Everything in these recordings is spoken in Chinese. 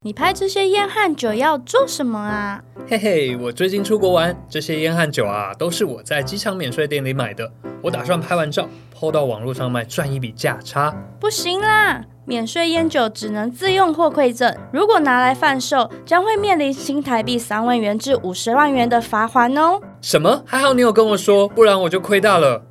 你拍这些烟和酒要做什么啊？ 嘿嘿，我最近出国玩，这些烟和酒啊，都是我在机场免税店里买的。我打算拍完照，po 到网络上卖，赚一笔价差。 不行啦，免税烟酒只能自用或馈赠，如果拿来贩售，将会面临新台币3万元至50万元的罚锾哦。 什么？还好你有跟我说，不然我就亏大了。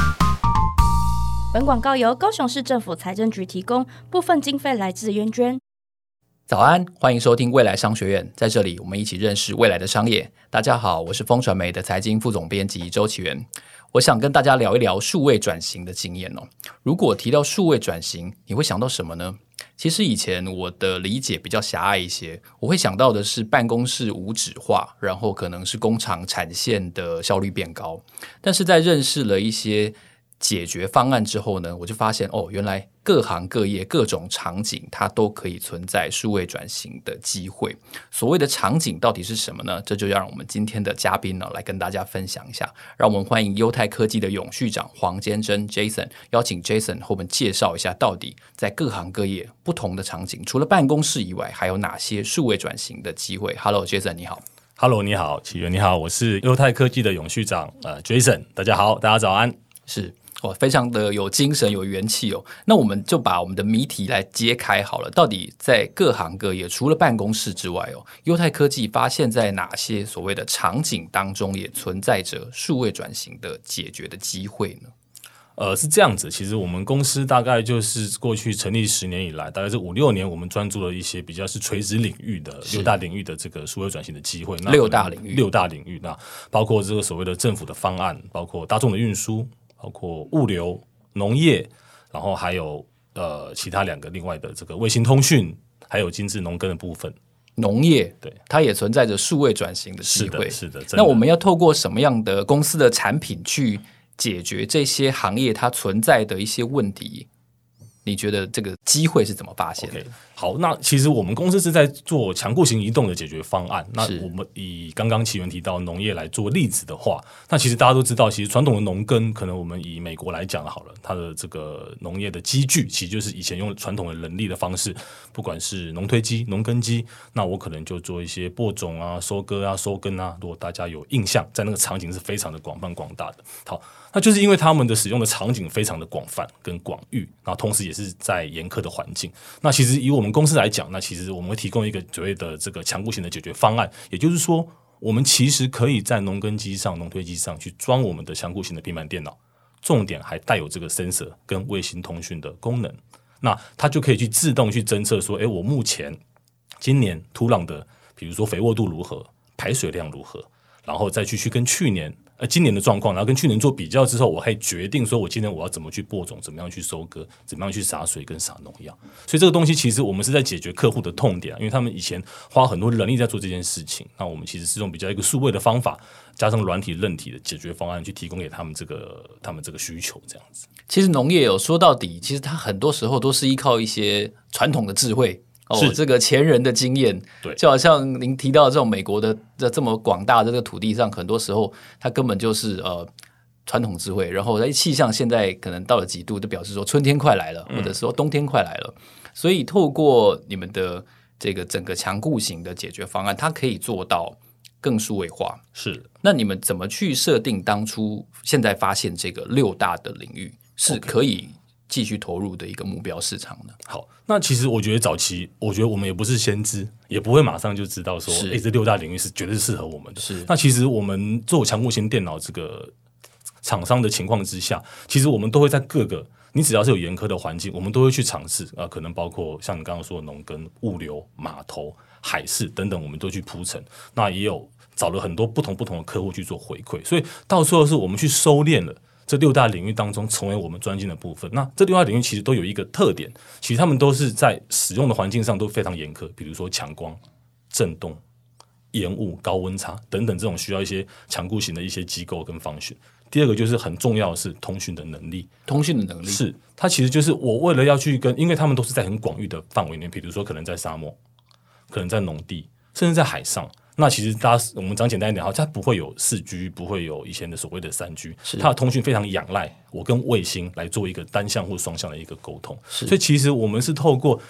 本广告由高雄市政府财政局提供，部分经费来自捐捐。 早安，欢迎收听未来商学院，在这里我们一起认识未来的商业。大家好，我是风传媒的财经副总编辑周启源。我想跟大家聊一聊数位转型的经验哦。如果提到数位转型，你会想到什么呢？其实以前我的理解比较狭隘一些，我会想到的是办公室无纸化，然后可能是工厂产线的效率变高。但是在认识了一些解决方案之后呢，我就发现原来各行各业各种场景它都可以存在数位转型的机会。所谓的场景到底是什么呢？这就让我们今天的嘉宾呢来跟大家分享一下。让我们欢迎优泰科技的永续长黄坚贞 Jason， 邀请 Jason 和我们介绍一下到底在各行各业不同的场景，除了办公室以外还有哪些数位转型的机会。 Hello Jason 你好。 Hello 你好，启源你好，我是优泰科技的永续长Jason， 大家好，大家早安。 是非常的有精神有元气哦。那我们就把我们的谜题来揭开好了，到底在各行各业除了办公室之外优泰科技发现在哪些所谓的场景当中也存在着数位转型的解决的机会呢？ 是这样子，其实我们公司大概就是过去成立10年以来，大概是5-6年，我们专注了一些比较是垂直领域的6大领域的这个数位转型的机会。 6大领域， 那包括这个所谓的政府的方案，包括大众的运输，包括物流、农业，然后还有其他2个另外的这个卫星通讯，还有精致农耕的部分。 农业对， 它也存在着数位转型的机会。 是的。 那我们要透过什么样的公司的产品去解决这些行业它存在的一些问题？你觉得这个机会是怎么发现的？ 好，那其实我们公司是在做强固型移动的解决方案。那我们以刚刚启源提到农业来做例子的话，那其实大家都知道，其实传统的农耕，可能我们以美国来讲好了，它的这个农业的机具其实就是以前用传统的人力的方式，不管是农推机、农耕机，那我可能就做一些播种啊、收割啊、收耕啊。如果大家有印象，在那个场景是非常的广泛广大的。好，那就是因为他们的使用的场景非常的广泛跟广域，然后同时也是在严苛的环境。那其实以我们公司来讲，那其实我们会提供一个所谓的这个强固型的解决方案，也就是说，我们其实可以在农耕机上、农推机上去装我们的强固型的平板电脑，重点还带有这个 sensor 跟卫星通讯的功能。那它就可以去自动去侦测说，我目前今年土壤的，比如说肥沃度如何，排水量如何，然后再去跟今年的状况，然后跟去年做比较之后，我可以决定说我今年我要怎么去播种，怎么样去收割，怎么样去洒水跟洒农药。所以这个东西其实我们是在解决客户的痛点，因为他们以前花很多人力在做这件事情，那我们其实是用比较一个数位的方法，加上软体韧体的解决方案去提供给他们这个需求这样子。 其实农业说到底，其实它很多时候都是依靠一些传统的智慧这个前人的经验。 对， 就好像您提到的这种美国的这么广大的这个土地上，很多时候它根本就是传统智慧，然后在气象现在可能到了几度，就表示说春天快来了，或者说冬天快来了。所以透过你们的这个整个强固型的解决方案，它可以做到更数位化。 是， 那你们怎么去设定当初现在发现这个6大的领域是可以继续投入的一个目标市场呢？ 好，那其实我觉得早期，我觉得我们也不是先知，也不会马上就知道说，这6大领域是绝对是适合我们的。 是， 那其实我们做强固型电脑这个厂商的情况之下，其实我们都会在各个，你只要是有严苛的环境，我们都会去尝试可能包括像你刚刚说的农耕、物流、码头、海事等等，我们都去铺陈。那也有找了很多不同的客户去做回馈，所以到时候是我们去收敛了这6大领域当中成为我们专精的部分。那这6大领域其实都有一个特点，其实他们都是在使用的环境上都非常严苛，比如说强光、震动、烟雾、高温差等等，这种需要一些强固型的一些机构跟方式。第二个就是很重要的是通讯的能力。是，它其实就是我为了要去因为他们都是在很广域的范围内，比如说可能在沙漠，可能在农地，甚至在海上。那其实我们讲简单一点，它不会有4G， 不会有以前的所谓的3G， 它的通讯非常仰赖我跟卫星来做一个单向或双向的一个沟通。所以其实我们是透过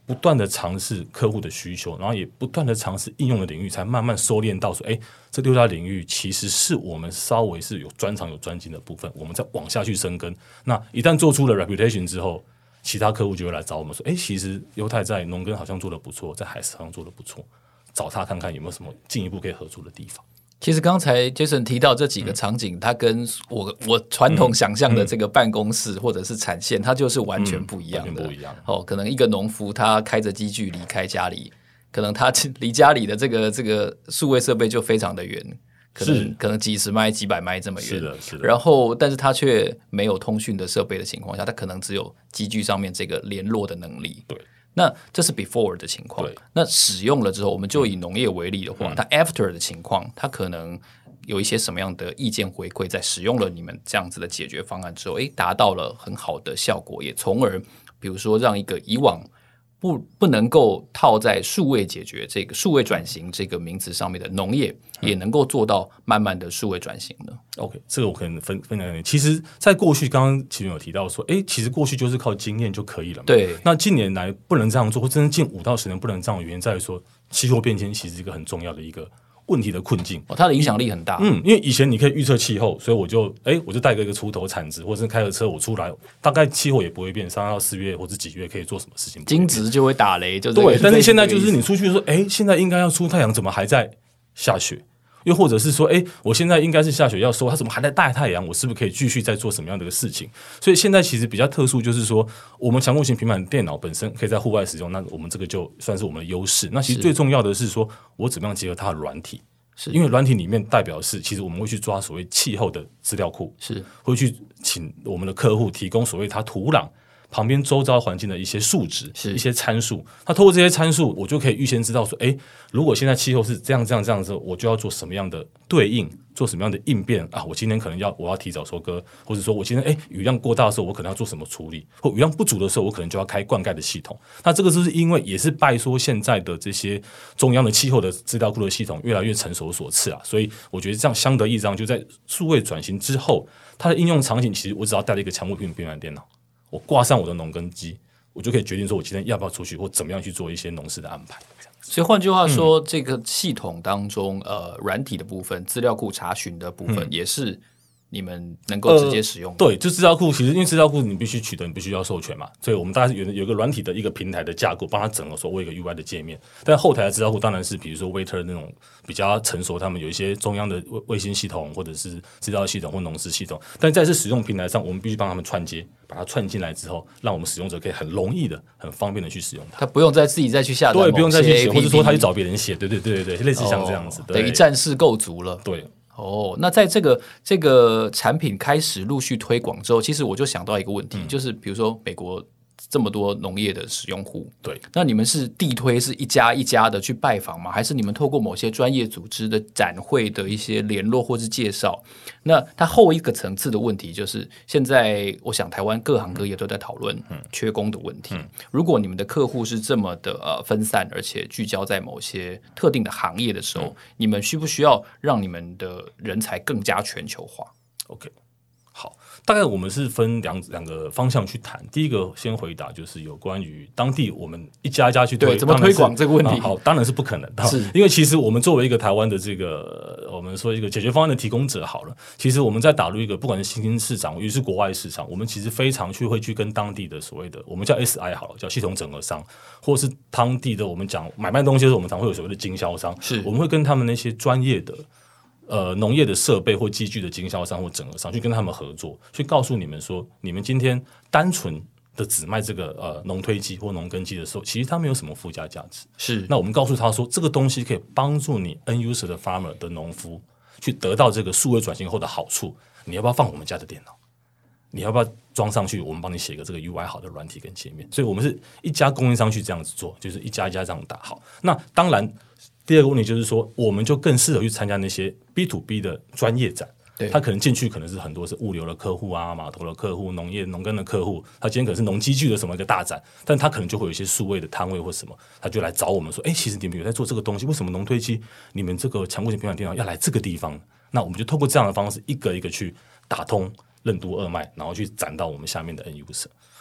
不断的尝试客户的需求，然后也不断的尝试应用的领域，才慢慢收敛到说，这6大领域其实是我们稍微是有专长有专精的部分，我们再往下去深耕。那一旦做出了 reputation 之后，其他客户就会来找我们说，其实优泰在农耕好像做得不错，在海事好像做得不错，找他看看有没有什么进一步可以合作的地方。 其实刚才 Jason 提到这几个场景，它跟我传统想象的这个办公室或者是产线，它就是完全不一样的。 不一样可能一个农夫他开着机具离开家里，可能他离家里的这个数位设备就非常的远，可能几十迈几百迈这么远。 是的。 然后但是他却没有通讯的设备的情况下，他可能只有机具上面这个联络的能力。 对。 那这是 before 的情况，那使用了之后，我们就以农业为例的话，它 after 的情况，它可能有一些什么样的意见回馈，在使用了你们这样子的解决方案之后，达到了很好的效果，也从而比如说让一个以往不能够套在数位解决这个数位转型这个名词上面的农业，也能够做到慢慢的数位转型呢？ OK， 这个我可能分享。其实在过去刚刚其实有提到说，其实过去就是靠经验就可以了嘛。 对。 那近年来不能这样做，或真的近5到10年不能这样的原因在于说，气候变迁其实是一个很重要的一个问题的困境。 它的影响力很大。 因为以前你可以预测气候，所以我就带个一个锄头铲子，或者是开个车我出来，大概气候也不会变，3到4月或者几月可以做什么事情， 惊蛰就会打雷，就对。但是现在就是你出去说，现在应该要出太阳，怎么还在下雪？又或者是说，我现在应该是下雪要收，它怎么还在大太阳？我是不是可以继续再做什么样的事情？所以现在其实比较特殊，就是说，我们强固型平板电脑本身可以在户外使用，那我们这个就算是我们的优势。那其实最重要的是说，我怎么样结合它的软体？因为软体里面代表是，其实我们会去抓所谓气候的资料库，会去请我们的客户提供所谓它土壤旁边周遭环境的一些数值，一些参数。那透过这些参数，我就可以预先知道说，如果现在气候是这样的时候，我就要做什么样的对应，做什么样的应变啊？我今天可能我要提早收割，或者说我今天雨量过大的时候，我可能要做什么处理，或雨量不足的时候，我可能就要开灌溉的系统。那这个就是因为也是拜说现在的这些中央的气候的资料库的系统越来越成熟所赐啊，所以我觉得这样相得益彰，就在数位转型之后，它的应用场景其实我只要带了一个强固平板电脑，我挂上我的农耕机，我就可以决定说我今天要不要出去，或怎么样去做一些农事的安排。 所以换句话说，这个系统当中，软体的部分、资料库查询的部分，也是你们能够直接使用的。 对，就资料库，其实因为资料库你必须取得，你必须要授权嘛，所以我们大概有一个软体的一个平台的架构，帮它整合所谓一个 UI 的界面。但后台的资料库当然是比如说 Waiter 那种比较成熟，他们有一些中央的卫星系统，或者是资料系统或农事系统。但在这使用平台上，我们必须帮他们串接，把它串进来之后，让我们使用者可以很容易的、很方便的去使用它。 他不用自己再去下载， 对，不用再去写，或者说他去找别人写，对，类似像这样子， 等于战事构筑了。 对。 那在这个产品开始陆续推广之后，其实我就想到一个问题，就是比如说美国这么多农业的使用户， 对， 那你们是地推，是一家一家的去拜访吗？还是你们透过某些专业组织的展会的一些联络或是介绍？那它后一个层次的问题就是，现在我想台湾各行各业都在讨论缺工的问题。如果你们的客户是这么的分散，而且聚焦在某些特定的行业的时候，你们需不需要让你们的人才更加全球化 ？OK。好，大概我们是分两个方向去谈。第一个先回答就是有关于当地我们一家一家去推， 对怎么推广这个问题。 好，当然是不可能的，因为其实我们作为一个台湾的这个我们说一个解决方案的提供者好了，其实我们在打入一个不管是新兴市场，尤其是国外市场，我们其实非常会去跟当地的所谓的我们叫 SI 好了，叫系统整合商，或是当地的我们讲买卖东西的时候，我们常会有所谓的经销商，我们会跟他们那些专业的。农业的设备或机具的经销商或整合商去跟他们合作，去告诉你们说，你们今天单纯的只卖这个农推机或农耕机的时候，其实它没有什么附加价值。那我们告诉他说，这个东西可以帮助你 end user 的 farmer 的农夫去得到这个数位转型后的好处。你要不要放我们家的电脑？你要不要装上去？我们帮你写个这个 UI 好的软体跟界面。所以我们是一家供应商去这样子做，就是一家一家这样打好。那当然。第二个问题就是说，我们就更适合去参加那些 B to B 的专业展。他可能进去可能是很多是物流的客户啊，码头的客户，农业农耕的客户。他今天可能是农机具的什么一个大展，但他可能就会有一些数位的摊位或什么，他就来找我们说，其实你们有在做这个东西，为什么农推机你们这个强固型平板电脑要来这个地方？那我们就透过这样的方式，一个一个去打通任督二脉，然后去展到我们下面的 end user。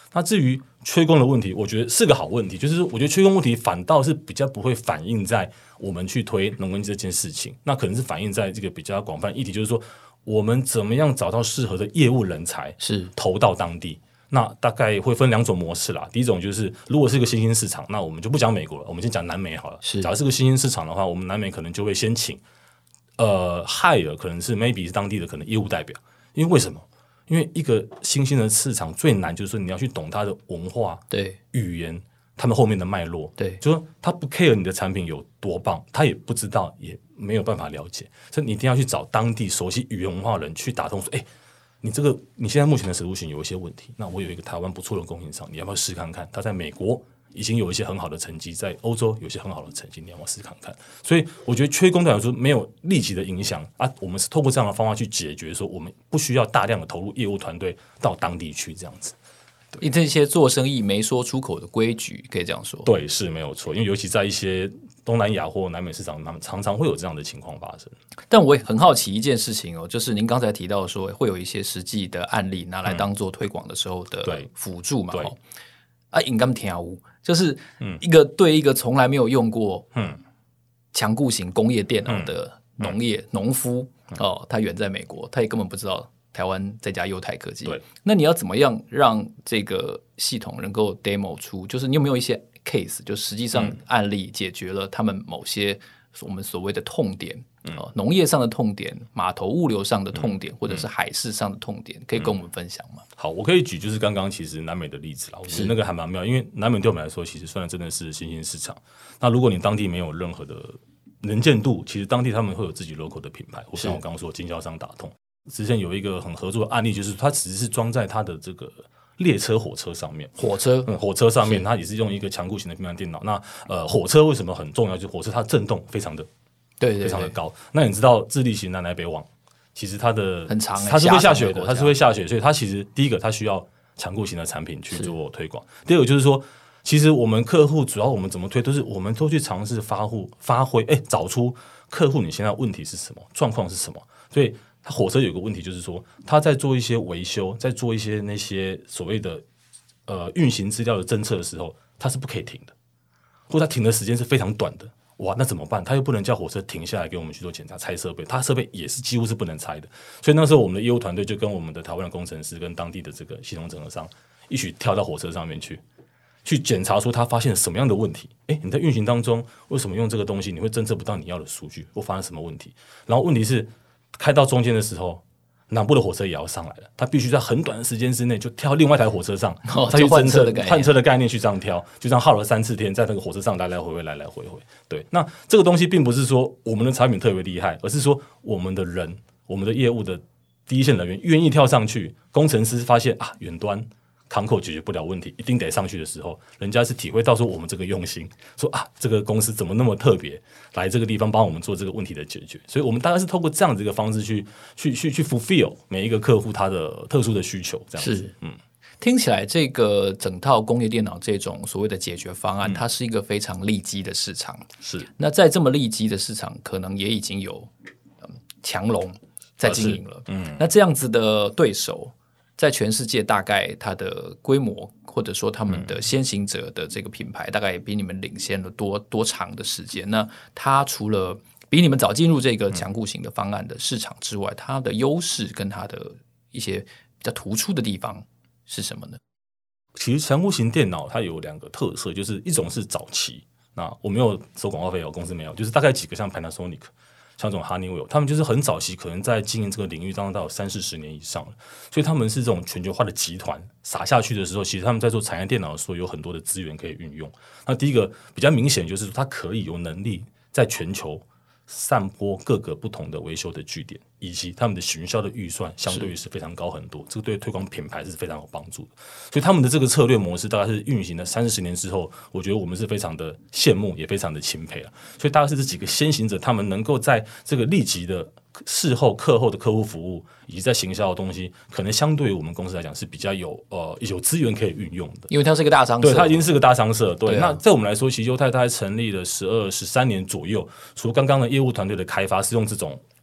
那至于缺工的问题，我觉得是个好问题，就是我觉得缺工问题反倒是比较不会反映在我们去推农耕这件事情，那可能是反映在这个比较广泛议题，就是说我们怎么样找到适合的业务人才，是投到当地。那大概会分2种模式啦。第一种就是如果是一个新兴市场，那我们就不讲美国了，我们先讲南美好了。假如是个新兴市场的话，我们南美可能就会先请hire 可能是 maybe 是当地的可能业务代表，因为为什么？因为一个新兴的市场最难就是说你要去懂它的文化、对语言，他们后面的脉络，对，就是说他不 care 你的产品有多棒，他也不知道，也没有办法了解，所以你一定要去找当地熟悉语言文化的人去打通，说，你现在目前的solution有一些问题，那我有一个台湾不错的供应商，你要不要试看看？他在美国已经有一些很好的成绩，在欧洲有一些很好的成绩，你要不要试看看？所以我觉得缺工对来说没有立即的影响啊，我们是透过这样的方法去解决，说我们不需要大量的投入业务团队到当地去这样子。 这些做生意没说出口的规矩，可以这样说。 对，是没有错，因为尤其在一些东南亚或南美市场，他们常常会有这样的情况发生。 但我也很好奇一件事情哦，就是您刚才提到说会有一些实际的案例拿来当做推广的时候的辅助嘛？对啊，应该听无，就是一个从来没有用过强固型工业电脑的农夫哦，他远在美国，他也根本不知道台湾这家优泰科技。对，那你要怎么样让这个系统能够 demo 出？就是你有没有一些 case， 就实际上案例解决了他们某些我们所谓的痛点，农业上的痛点、码头物流上的痛点，或者是海事上的痛点，可以跟我们分享吗？ 好，我可以举就是刚刚其实南美的例子啦，我觉得那个还蛮妙，因为南美对我们来说其实算真的是新兴市场。那如果你当地没有任何的能见度，其实当地他们会有自己 local 的品牌，像我刚刚说经销商打通。之前有一个很合作的案例，就是它只是装在它的这个列车、火车上面。火车上面，它也是用一个强固型的平板电脑。那火车为什么很重要？就是火车它震动非常的非常的高。那你知道智利型南来北往，其实它的很长， 它是会下雪的，它是会下雪，所以它其实第一个它需要强固型的产品去做推广。第二个就是说，其实我们客户主要我们怎么推，都是我们都去尝试发挥，找出客户你现在问题是什么，状况是什么，所以。火车有个问题，就是说他在做一些维修，在做一些那些所谓的运行资料的侦测的时候，它是不可以停的，或者它停的时间是非常短的。哇，那怎么办？他又不能叫火车停下来给我们去做检查、拆设备，他设备也是几乎是不能拆的。所以那时候我们的业务团队就跟我们的台湾的工程师跟当地的这个系统整合商一起跳到火车上面去检查，说他发现了什么样的问题。你在运行当中为什么用这个东西你会侦测不到你要的数据，或发生什么问题？然后问题是。开到中间的时候，南部的火车也要上来了，他必须在很短的时间之内就跳另外一台火车上，他去侦测换车的概念去这样挑，就这样耗了3-4天，在那个火车上来来回回，来来回回。对，那这个东西并不是说我们的产品特别厉害，而是说我们的人，我们的业务的第一线人员愿意跳上去，工程师发现远端康口解决不了问题，一定得上去的时候，人家是体会到说我们这个用心，说这个公司怎么那么特别，来这个地方帮我们做这个问题的解决，所以我们大概是透过这样子一个方式去 fulfill 每一个客户他的特殊的需求，这样子。是， 听起来这个整套工业电脑这种所谓的解决方案，它是一个非常利基的市场。是，那在这么利基的市场，可能也已经有强龙在经营了。那这样子的对手。在全世界大概它的规模，或者说他们的先行者的这个品牌，大概也比你们领先了多长的时间？那它除了比你们早进入这个强固型的方案的市场之外，它的优势跟它的一些比较突出的地方是什么呢？ 其实强固型电脑它有2个特色，就是一种是早期，那我没有收广告费，公司没有，就是大概几个像 Panasonic。像这种 Honeywell， 他们就是很早期，可能在经营这个领域当中到有30-40年以上了，所以他们是这种全球化的集团撒下去的时候，其实他们在做产业电脑的时候有很多的资源可以运用。那第一个比较明显就是说，它可以有能力在全球散播各个不同的维修的据点，以及他们的行销的预算相对于是非常高很多，这个对推广品牌是非常有帮助的。所以他们的这个策略模式大概是运行了30-40年之后，我觉得我们是非常的羡慕，也非常的钦佩了。所以大概是这几个先行者，他们能够在这个立即的事后课后的客户服务以及在行销的东西，可能相对于我们公司来讲是比较有资源可以运用的， 因为它是一个大商社， 对，它已经是个大商社。对，那在我们来说，其实优泰它成立了12-13年左右，除刚刚的业务团队的开发是用这种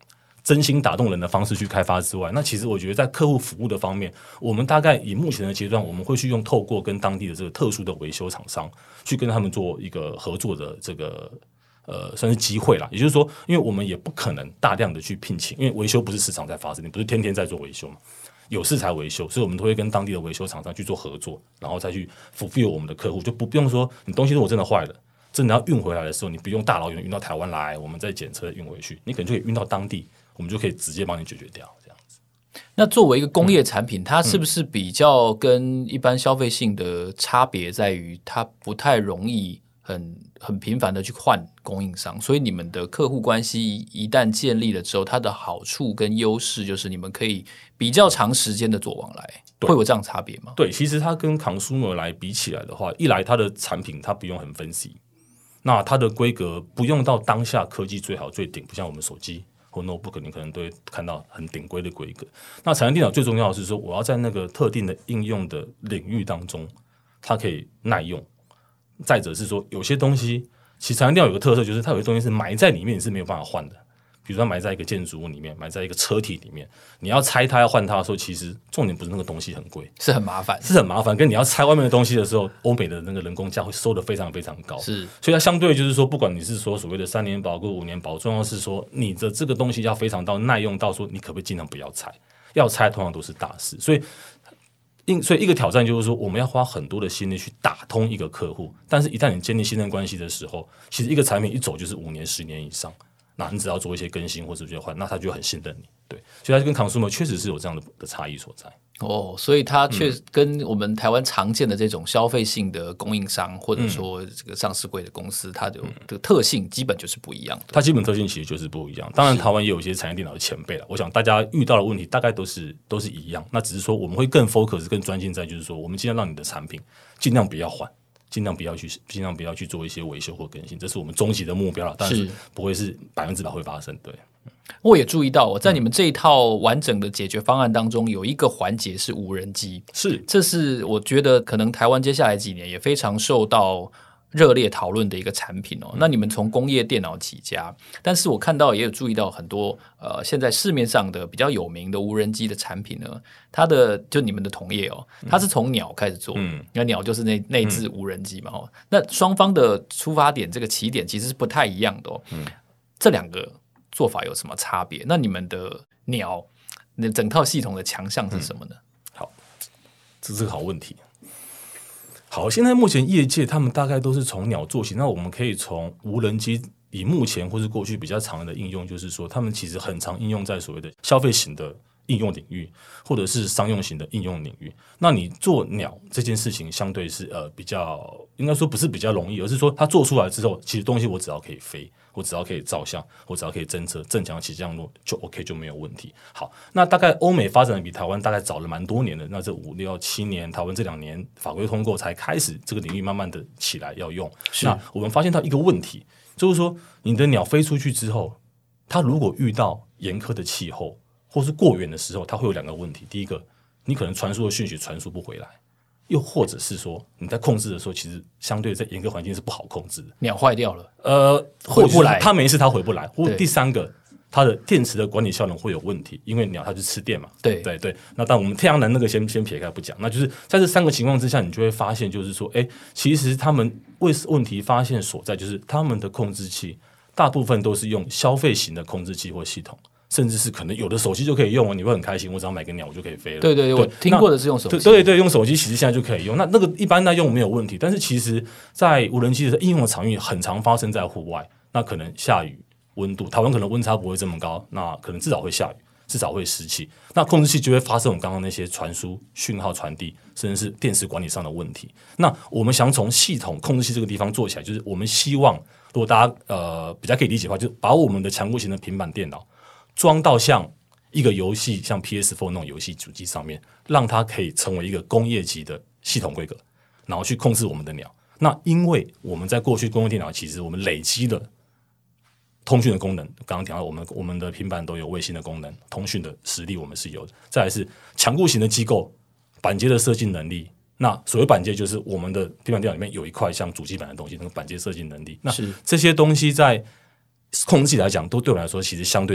真心打动人的方式去开发之外，那其实我觉得在客户服务的方面，我们大概以目前的阶段，我们会去透过跟当地的这个特殊的维修厂商去跟他们做一个合作的这个算是机会啦。也就是说，因为我们也不可能大量的去聘请，因为维修不是时常在发生，你不是天天在做维修嘛，有事才维修，所以我们都会跟当地的维修厂商去做合作，然后再去 fulfill 我们的客户，就不用说你东西如果真的坏了，真的要运回来的时候，你不用大老远运到台湾来，我们再检测运回去，你可能就可以运到当地，我们就可以直接帮你解决掉这样子。 那作为一个工业产品，它是不是比较跟一般消费性的差别在于它不太容易很频繁的去换供应商，所以你们的客户关系一旦建立了之后，它的好处跟优势就是你们可以比较长时间的做往来，会有这样差别吗？ 对，其实它跟 consumer 来比起来的话，一来它的产品它不用很分析，那它的规格不用到当下科技最好最顶，不像我们手机或 notebook 你可能都会看到很顶规的规格。那产业电脑最重要的是说，我要在那个特定的应用的领域当中，它可以耐用。再者是说，有些东西其实产业电脑有个特色，就是它有些东西是埋在里面，你是没有办法换的。比如说埋在一个建筑物里面，埋在一个车体里面，你要拆它要换它的时候，其实重点不是那个东西很贵， 是很麻烦， 跟你要拆外面的东西的时候，欧美的那个人工价会收得非常非常高， 是， 所以它相对就是说，不管你是说所谓的3年保固、5年保，重要是说你的这个东西要非常到耐用到说，你可不可以尽量不要拆，要拆通常都是大事，所以一个挑战就是说，我们要花很多的心力去打通一个客户，但是一旦你建立信任关系的时候，其实一个产品一走就是5年、10年以上。那你只要做一些更新或者是换，那他就很信任你，对，所以它跟 consumer 确实是有这样的差异所在。 哦，所以它确实跟我们台湾常见的这种消费性的供应商，或者说这个上市柜的公司，它的特性基本就是不一样的。 它基本特性其实就是不一样。当然，台湾也有一些产业电脑的前辈了，我想大家遇到的问题大概都是一样，那只是说我们会更 focus 更专心在就是说，我们尽量让你的产品尽量不要换。尽量不要去做一些维修或更新，这是我们终极的目标了。但是不会是100%会发生。对， 我也注意到，在你们这一套完整的解决方案当中，有一个环节是无人机，这是我觉得可能台湾接下来几年也非常受到热烈讨论的一个产品哦。那你们从工业电脑起家，但是我看到也有注意到很多现在市面上的比较有名的无人机的产品呢，它的就你们的同业哦，它是从鸟开始做，那鸟就是那只无人机嘛哦。那双方的出发点这个起点其实是不太一样的哦。这两个做法有什么差别？那你们的鸟那整套系统的强项是什么呢？ 好，这是个好问题。好，现在目前业界他们大概都是从鸟做起，那我们可以从无人机以目前或是过去比较常的应用，就是说他们其实很常应用在所谓的消费型的应用领域，或者是商用型的应用领域。那你做鸟这件事情相对是比较应该说不是比较容易，而是说它做出来之后，其实东西我只要可以飞，我只要可以照相，我只要可以侦测正常起降落就 OK 就没有问题。好，那大概欧美发展的比台湾大概早了蛮多年的，那这5、6、7年，台湾这2年法规通过才开始这个领域慢慢的起来要用。那我们发现到一个问题，就是说你的鸟飞出去之后，它如果遇到严苛的气候或是过远的时候，它会有2个问题。第一个，你可能传输的讯息传输不回来，又或者是说你在控制的时候，其实相对在严格环境是不好控制的， 鸟坏掉了， 回不来，它没事它回不来。或第3个，它的电池的管理效能会有问题，因为鸟它就吃电嘛。 对。 那但我们太阳能那个先撇开不讲，那就是在这3个情况之下，你就会发现，就是说，其实他们问题发现所在，就是他们的控制器大部分都是用消费型的控制器或系统。甚至是可能有的手机就可以用哦，你会很开心，我只要买个鸟我就可以飞了。 对，我听过的是用手机。 对，用手机其实现在就可以用。那个一般在用没有问题，但是其实在无人机的应用的场域很常发生在户外，那可能下雨、温度，台湾可能温差不会这么高，那可能至少会下雨，至少会湿气，那控制器就会发生我们刚刚那些传输、讯号传递，甚至是电池管理上的问题。那我们想从系统控制器这个地方做起来，就是我们希望，如果大家比较可以理解的话，就把我们的强固型的平板电脑装到像一个游戏，像 PS4 那种游戏主机上面，让它可以成为一个工业级的系统规格，然后去控制我们的鸟。那因为我们在过去工业电脑，其实我们累积了通讯的功能，刚刚提到我们的平板都有卫星的功能，通讯的实力我们是有的。再来是强固型的机构板接的设计能力。那所谓板接就是我们的平板电脑里面有一块像主机板的东西，那个板接设计能力。那这些东西在控制器来讲，都对我来说其实相对是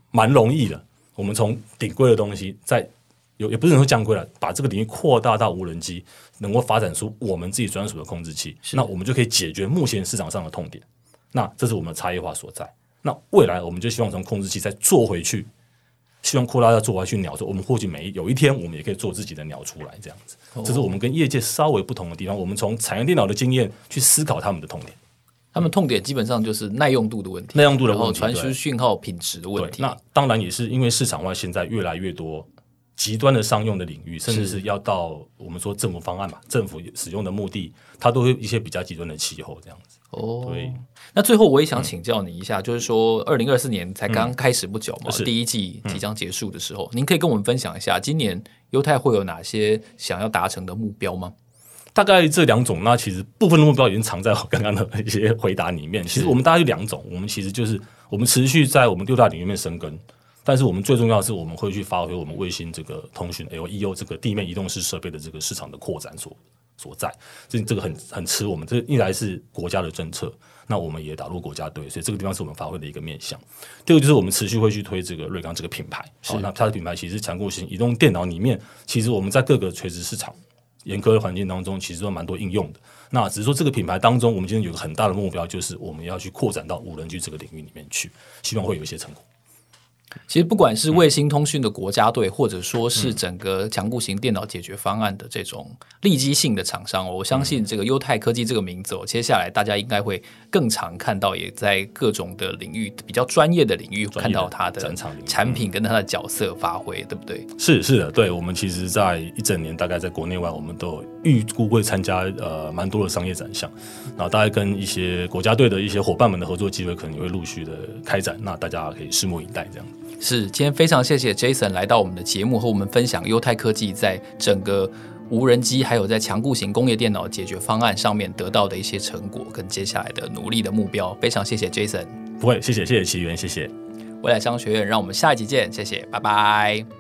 蛮容易的。我们从顶规的东西也不是说降规了，把这个领域扩大到无人机，能够发展出我们自己专属的控制器，那我们就可以解决目前市场上的痛点。那这是我们的差异化所在。那未来我们就希望从控制器再做回去，希望扩大到做回去鸟，说我们或许有一天我们也可以做自己的鸟出来，这样子。这是我们跟业界稍微不同的地方。我们从产业电脑的经验去思考他们的痛点。 他们痛点基本上就是耐用度的问题， 耐用度的问题， 然后传输讯号品质的问题。 那当然也是因为市场外现在越来越多极端的商用的领域，甚至是要到我们说政府方案嘛，政府使用的目的，它都会一些比较极端的气候这样子。对。 那最后我也想请教你一下，就是说2024年才刚开始不久嘛，第一季即将结束的时候，您可以跟我们分享一下，今年优泰会有哪些想要达成的目标吗？ 大概这2种，那其实部分的目标已经藏在我刚刚的一些回答里面。其实我们大概有2种，我们其实就是我们持续在我们6大领域里面深耕，但是我们最重要的是我们会去发挥我们卫星这个通讯 LEO 这个地面移动式设备的这个市场的扩展所在。这个很吃我们，这一来是国家的政策，那我们也打入国家队，所以这个地方是我们发挥的一个面向。第二个就是我们持续会去推这个瑞刚这个品牌，那它的品牌其实是强固型移动电脑里面，其实我们在各个垂直市场严苛的环境当中，其实都蛮多应用的。那只是说这个品牌当中，我们今天有个很大的目标，就是我们要去扩展到无人机这个领域里面去，希望会有一些成果。 其实不管是卫星通讯的国家队，或者说是整个强固型电脑解决方案的这种利基性的厂商，我相信这个优泰科技这个名字接下来大家应该会更常看到，也在各种的领域比较专业的领域看到它的产品跟它的角色发挥，对不对？是的，对。我们其实在一整年大概在国内外我们都有预估会参加蛮多的商业展项，然后大概跟一些国家队的一些伙伴们的合作机会可能也会陆续的开展，那大家可以拭目以待这样。 是，今天非常谢谢 Jason 来到我们的节目，和我们分享优泰科技在整个无人机还有在强固型工业电脑解决方案上面得到的一些成果跟接下来的努力的目标。非常谢谢 Jason。 不会，谢谢奇源，谢谢。 未来商学院，让我们下一集见，谢谢，拜拜。